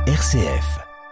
RCF.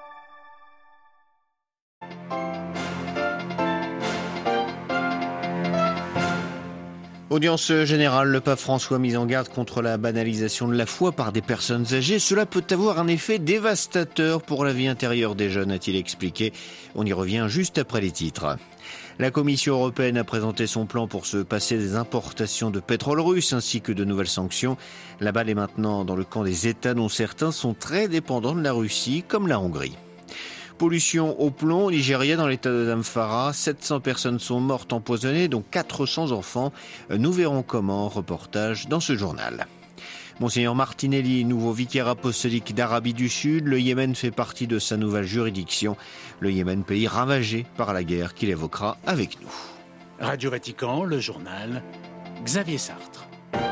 Audience générale, le pape François mis en garde contre la banalisation de la foi par des personnes âgées. Cela peut avoir un effet dévastateur pour la vie intérieure des jeunes, a-t-il expliqué. On y revient juste après les titres. La Commission européenne a présenté son plan pour se passer des importations de pétrole russe ainsi que de nouvelles sanctions. La balle est maintenant dans le camp des États dont certains sont très dépendants de la Russie, comme la Hongrie. Pollution au plomb au Nigeria dans l'état de Zamfara. 700 personnes sont mortes empoisonnées, dont 400 enfants. Nous verrons comment, reportage dans ce journal. Monseigneur Martinelli, nouveau vicaire apostolique d'Arabie du Sud, le Yémen fait partie de sa nouvelle juridiction. Le Yémen, pays ravagé par la guerre qu'il évoquera avec nous. Radio Vatican, le journal, Xavier Sartre.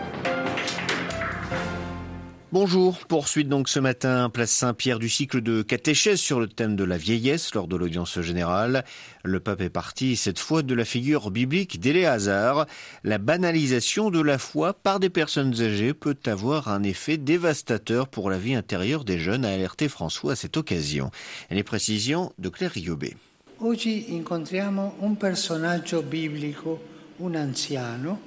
Bonjour, poursuite donc ce matin, place Saint-Pierre du cycle de catéchèse sur le thème de la vieillesse lors de l'audience générale. Le pape est parti cette fois de la figure biblique d'Éléazar. La banalisation de la foi par des personnes âgées peut avoir un effet dévastateur pour la vie intérieure des jeunes, a alerté François à cette occasion. Les précisions de Claire Riobé. Oggi incontriamo un personaggio biblico, un anziano,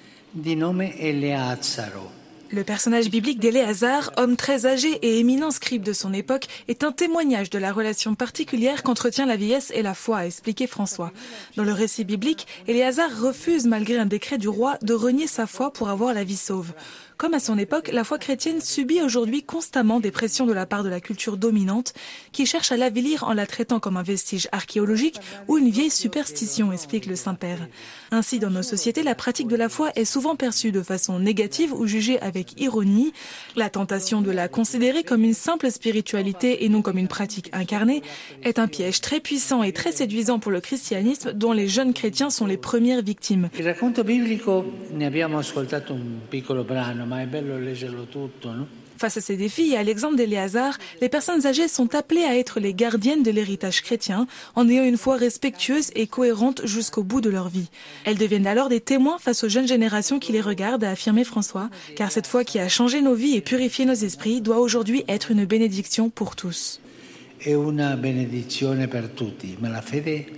di nome Eleazaro. Le personnage biblique d'Éléazar, homme très âgé et éminent scribe de son époque, est un témoignage de la relation particulière qu'entretient la vieillesse et la foi, a expliqué François. Dans le récit biblique, Éléazar refuse, malgré un décret du roi, de renier sa foi pour avoir la vie sauve. Comme à son époque, la foi chrétienne subit aujourd'hui constamment des pressions de la part de la culture dominante qui cherche à l'avilir en la traitant comme un vestige archéologique ou une vieille superstition, explique le Saint-Père. Ainsi, dans nos sociétés, la pratique de la foi est souvent perçue de façon négative ou jugée avec ironie. La tentation de la considérer comme une simple spiritualité et non comme une pratique incarnée est un piège très puissant et très séduisant pour le christianisme dont les jeunes chrétiens sont les premières victimes. Il racconto biblico, ne abbiamo ascoltato un piccolo brano, ma è bello leggerlo tutto, no? Face à ces défis et à l'exemple d'Éléazar, les personnes âgées sont appelées à être les gardiennes de l'héritage chrétien en ayant une foi respectueuse et cohérente jusqu'au bout de leur vie. Elles deviennent alors des témoins face aux jeunes générations qui les regardent, a affirmé François, car cette foi qui a changé nos vies et purifié nos esprits doit aujourd'hui être une bénédiction pour tous. È una benedizione per tutti, ma la fede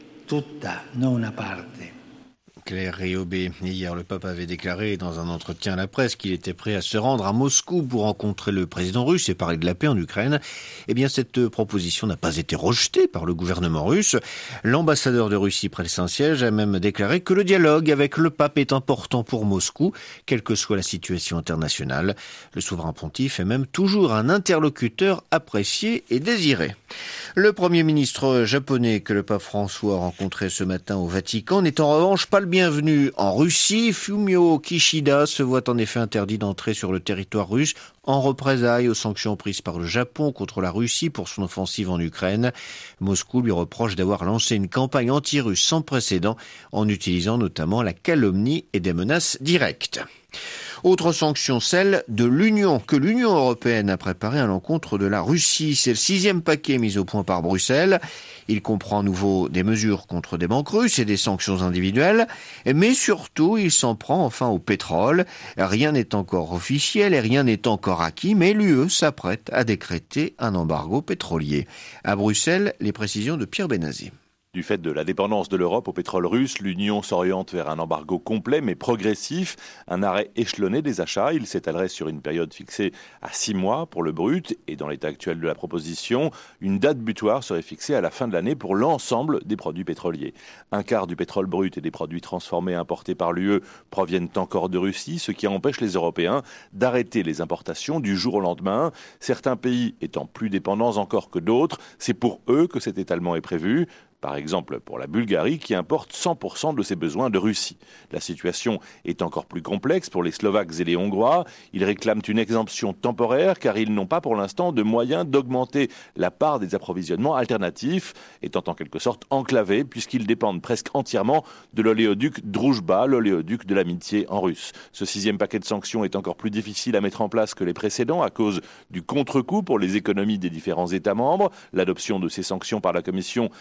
tutta, non una parte. Claire Riobé. Hier, le pape avait déclaré dans un entretien à la presse qu'il était prêt à se rendre à Moscou pour rencontrer le président russe et parler de la paix en Ukraine. Eh bien, cette proposition n'a pas été rejetée par le gouvernement russe. L'ambassadeur de Russie près le Saint-Siège a même déclaré que le dialogue avec le pape est important pour Moscou, quelle que soit la situation internationale. Le souverain pontife est même toujours un interlocuteur apprécié et désiré. Le premier ministre japonais que le pape François a rencontré ce matin au Vatican n'est en revanche pas le bienvenu en Russie. Fumio Kishida se voit en effet interdit d'entrer sur le territoire russe en représailles aux sanctions prises par le Japon contre la Russie pour son offensive en Ukraine. Moscou lui reproche d'avoir lancé une campagne anti-russe sans précédent en utilisant notamment la calomnie et des menaces directes. Autre sanction, celle de l'Union, que l'Union européenne a préparée à l'encontre de la Russie. C'est le 6e paquet mis au point par Bruxelles. Il comprend à nouveau des mesures contre des banques russes et des sanctions individuelles. Mais surtout, il s'en prend enfin au pétrole. Rien n'est encore officiel et rien n'est encore acquis, mais l'UE s'apprête à décréter un embargo pétrolier. À Bruxelles, les précisions de Pierre Benazé. Du fait de la dépendance de l'Europe au pétrole russe, l'Union s'oriente vers un embargo complet mais progressif, un arrêt échelonné des achats. Il s'étalerait sur une période fixée à 6 mois pour le brut et dans l'état actuel de la proposition, une date butoir serait fixée à la fin de l'année pour l'ensemble des produits pétroliers. Un quart du pétrole brut et des produits transformés importés par l'UE proviennent encore de Russie, ce qui empêche les Européens d'arrêter les importations du jour au lendemain. Certains pays étant plus dépendants encore que d'autres, c'est pour eux que cet étalement est prévu. Par exemple, pour la Bulgarie qui importe 100% de ses besoins de Russie. La situation est encore plus complexe pour les Slovaques et les Hongrois. Ils réclament une exemption temporaire car ils n'ont pas pour l'instant de moyens d'augmenter la part des approvisionnements alternatifs, étant en quelque sorte enclavés puisqu'ils dépendent presque entièrement de l'oléoduc Droujba, l'oléoduc de l'amitié en russe. Ce 6e paquet de sanctions est encore plus difficile à mettre en place que les précédents à cause du contre-coup pour les économies des différents États membres. L'adoption de ces sanctions par la Commission a pris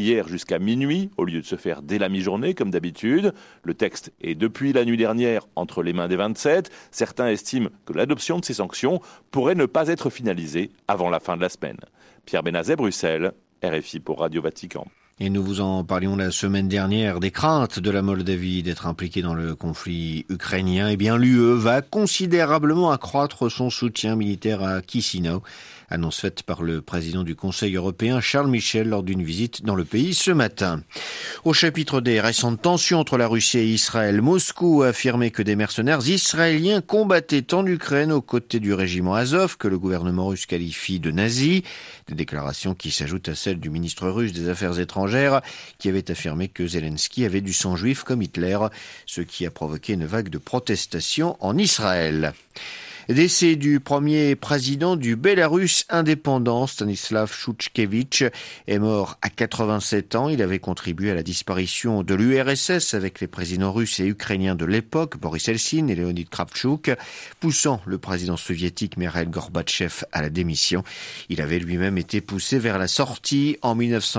hier jusqu'à minuit, au lieu de se faire dès la mi-journée, comme d'habitude. Le texte est depuis la nuit dernière entre les mains des 27. Certains estiment que l'adoption de ces sanctions pourrait ne pas être finalisée avant la fin de la semaine. Pierre Benazet, Bruxelles, RFI pour Radio Vatican. Et nous vous en parlions la semaine dernière des craintes de la Moldavie d'être impliquée dans le conflit ukrainien. Eh bien, l'UE va considérablement accroître son soutien militaire à Chisinau. Annonce faite par le président du Conseil européen, Charles Michel, lors d'une visite dans le pays ce matin. Au chapitre des récentes tensions entre la Russie et Israël, Moscou a affirmé que des mercenaires israéliens combattaient en Ukraine aux côtés du régiment Azov, que le gouvernement russe qualifie de nazi. Des déclarations qui s'ajoutent à celles du ministre russe des Affaires étrangères, qui avait affirmé que Zelensky avait du sang juif comme Hitler, ce qui a provoqué une vague de protestations en Israël. Décès du premier président du Bélarus indépendant, Stanislav Chouchkevitch, est mort à 87 ans. Il avait contribué à la disparition de l'URSS avec les présidents russes et ukrainiens de l'époque, Boris Eltsine et Leonid Kravchuk, poussant le président soviétique Mikhaïl Gorbatchev à la démission. Il avait lui-même été poussé vers la sortie en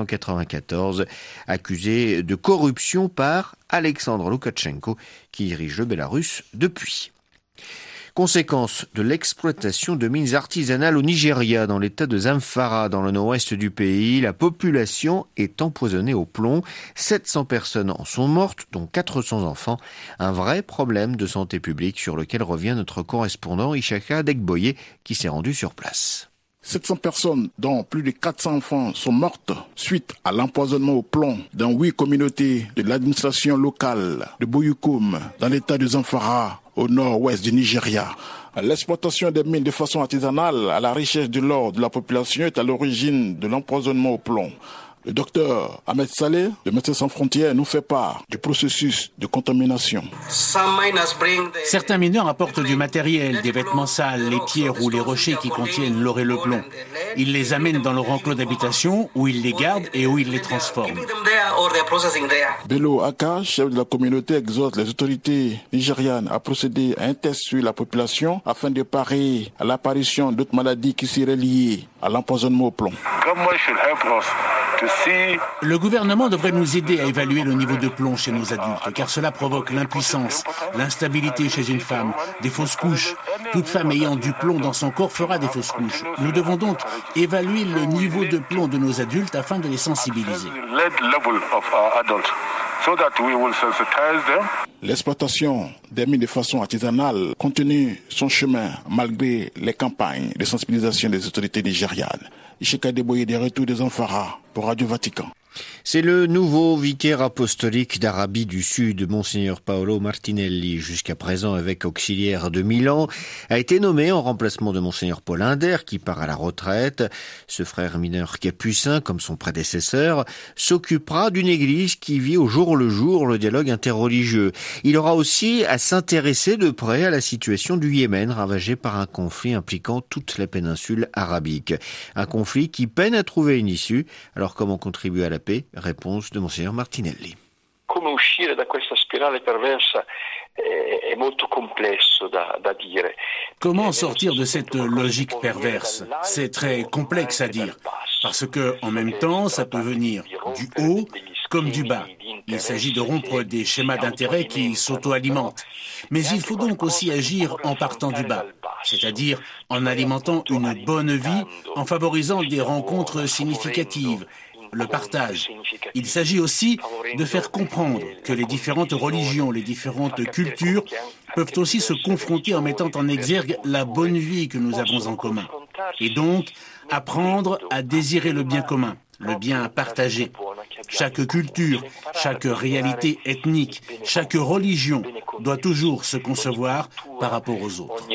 1994, accusé de corruption par Alexandre Loukachenko, qui dirige le Bélarus depuis. Conséquence de l'exploitation de mines artisanales au Nigeria, dans l'état de Zamfara, dans le nord-ouest du pays, la population est empoisonnée au plomb. 700 personnes en sont mortes, dont 400 enfants. Un vrai problème de santé publique sur lequel revient notre correspondant Ishaka Degboye, qui s'est rendu sur place. 700 personnes, dont plus de 400 enfants, sont mortes suite à l'empoisonnement au plomb dans 8 communautés de l'administration locale de Boyukum, dans l'état de Zamfara, au nord-ouest du Nigeria. L'exploitation des mines de façon artisanale à la recherche de l'or de la population est à l'origine de l'empoisonnement au plomb. Le docteur Ahmed Saleh, de Médecins sans frontières, nous fait part du processus de contamination. Certains mineurs apportent du matériel, des vêtements sales, les pierres ou les rochers qui contiennent l'or et le plomb. Ils les amènent dans leur enclos d'habitation, où ils les gardent et où ils les transforment. Bello Aka, chef de la communauté, exhorte les autorités nigérianes à procéder à un test sur la population afin de parer à l'apparition d'autres maladies qui seraient liées à l'empoisonnement au plomb. Le gouvernement devrait nous aider à évaluer le niveau de plomb chez nos adultes, car cela provoque l'impuissance, l'instabilité chez une femme, des fausses couches. Toute femme ayant du plomb dans son corps fera des fausses couches. Nous devons donc évaluer le niveau de plomb de nos adultes afin de les sensibiliser. L'exploitation des mines de façon artisanale continue son chemin malgré les campagnes de sensibilisation des autorités nigérianes. Ishaka Deboye des retours des Zamfara pour Radio Vatican. C'est le nouveau vicaire apostolique d'Arabie du Sud, Monseigneur Paolo Martinelli, jusqu'à présent évêque auxiliaire de Milan, a été nommé en remplacement de Monseigneur Paul Inder, qui part à la retraite. Ce frère mineur capucin, comme son prédécesseur, s'occupera d'une église qui vit au jour le jour le dialogue interreligieux. Il aura aussi à s'intéresser de près à la situation du Yémen, ravagée par un conflit impliquant toute la péninsule arabique. Un conflit qui peine à trouver une issue. Alors comment contribuer à la paix? Réponse de Monseigneur Martinelli. Come uscire da questa spirale perversa è molto complesso da dire. Comment sortir de cette logique perverse? C'est très complexe à dire, parce que en même temps, ça peut venir du haut comme du bas. Il s'agit de rompre des schémas d'intérêt qui s'auto-alimentent. Mais il faut donc aussi agir en partant du bas, c'est-à-dire en alimentant une bonne vie, en favorisant des rencontres significatives, le partage. Il s'agit aussi de faire comprendre que les différentes religions, les différentes cultures peuvent aussi se confronter en mettant en exergue la bonne vie que nous avons en commun. Et donc, apprendre à désirer le bien commun, le bien partagé. Chaque culture, chaque réalité ethnique, chaque religion doit toujours se concevoir par rapport aux autres.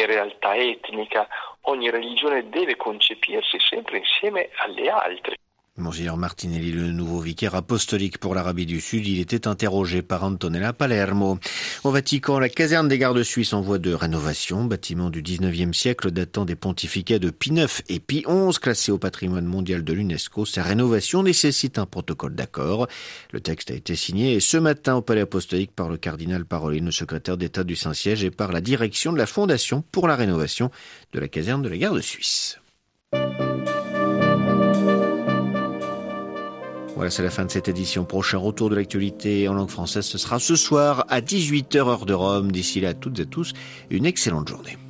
Ogni religione deve concepirsi sempre insieme alle altre. Monseigneur Martinelli, le nouveau vicaire apostolique pour l'Arabie du Sud, il était interrogé par Antonella Palermo. Au Vatican, la caserne des gardes suisses en voie de rénovation, bâtiment du 19e siècle datant des pontificats de Pie IX et Pie XI, classé au patrimoine mondial de l'UNESCO. Sa rénovation nécessite un protocole d'accord. Le texte a été signé ce matin au Palais apostolique par le cardinal Parolin, le secrétaire d'État du Saint-Siège, et par la direction de la Fondation pour la rénovation de la caserne de la garde suisse. Voilà, c'est la fin de cette édition. Prochain retour de l'actualité en langue française, ce sera ce soir à 18h heure de Rome. D'ici là, à toutes et à tous, une excellente journée.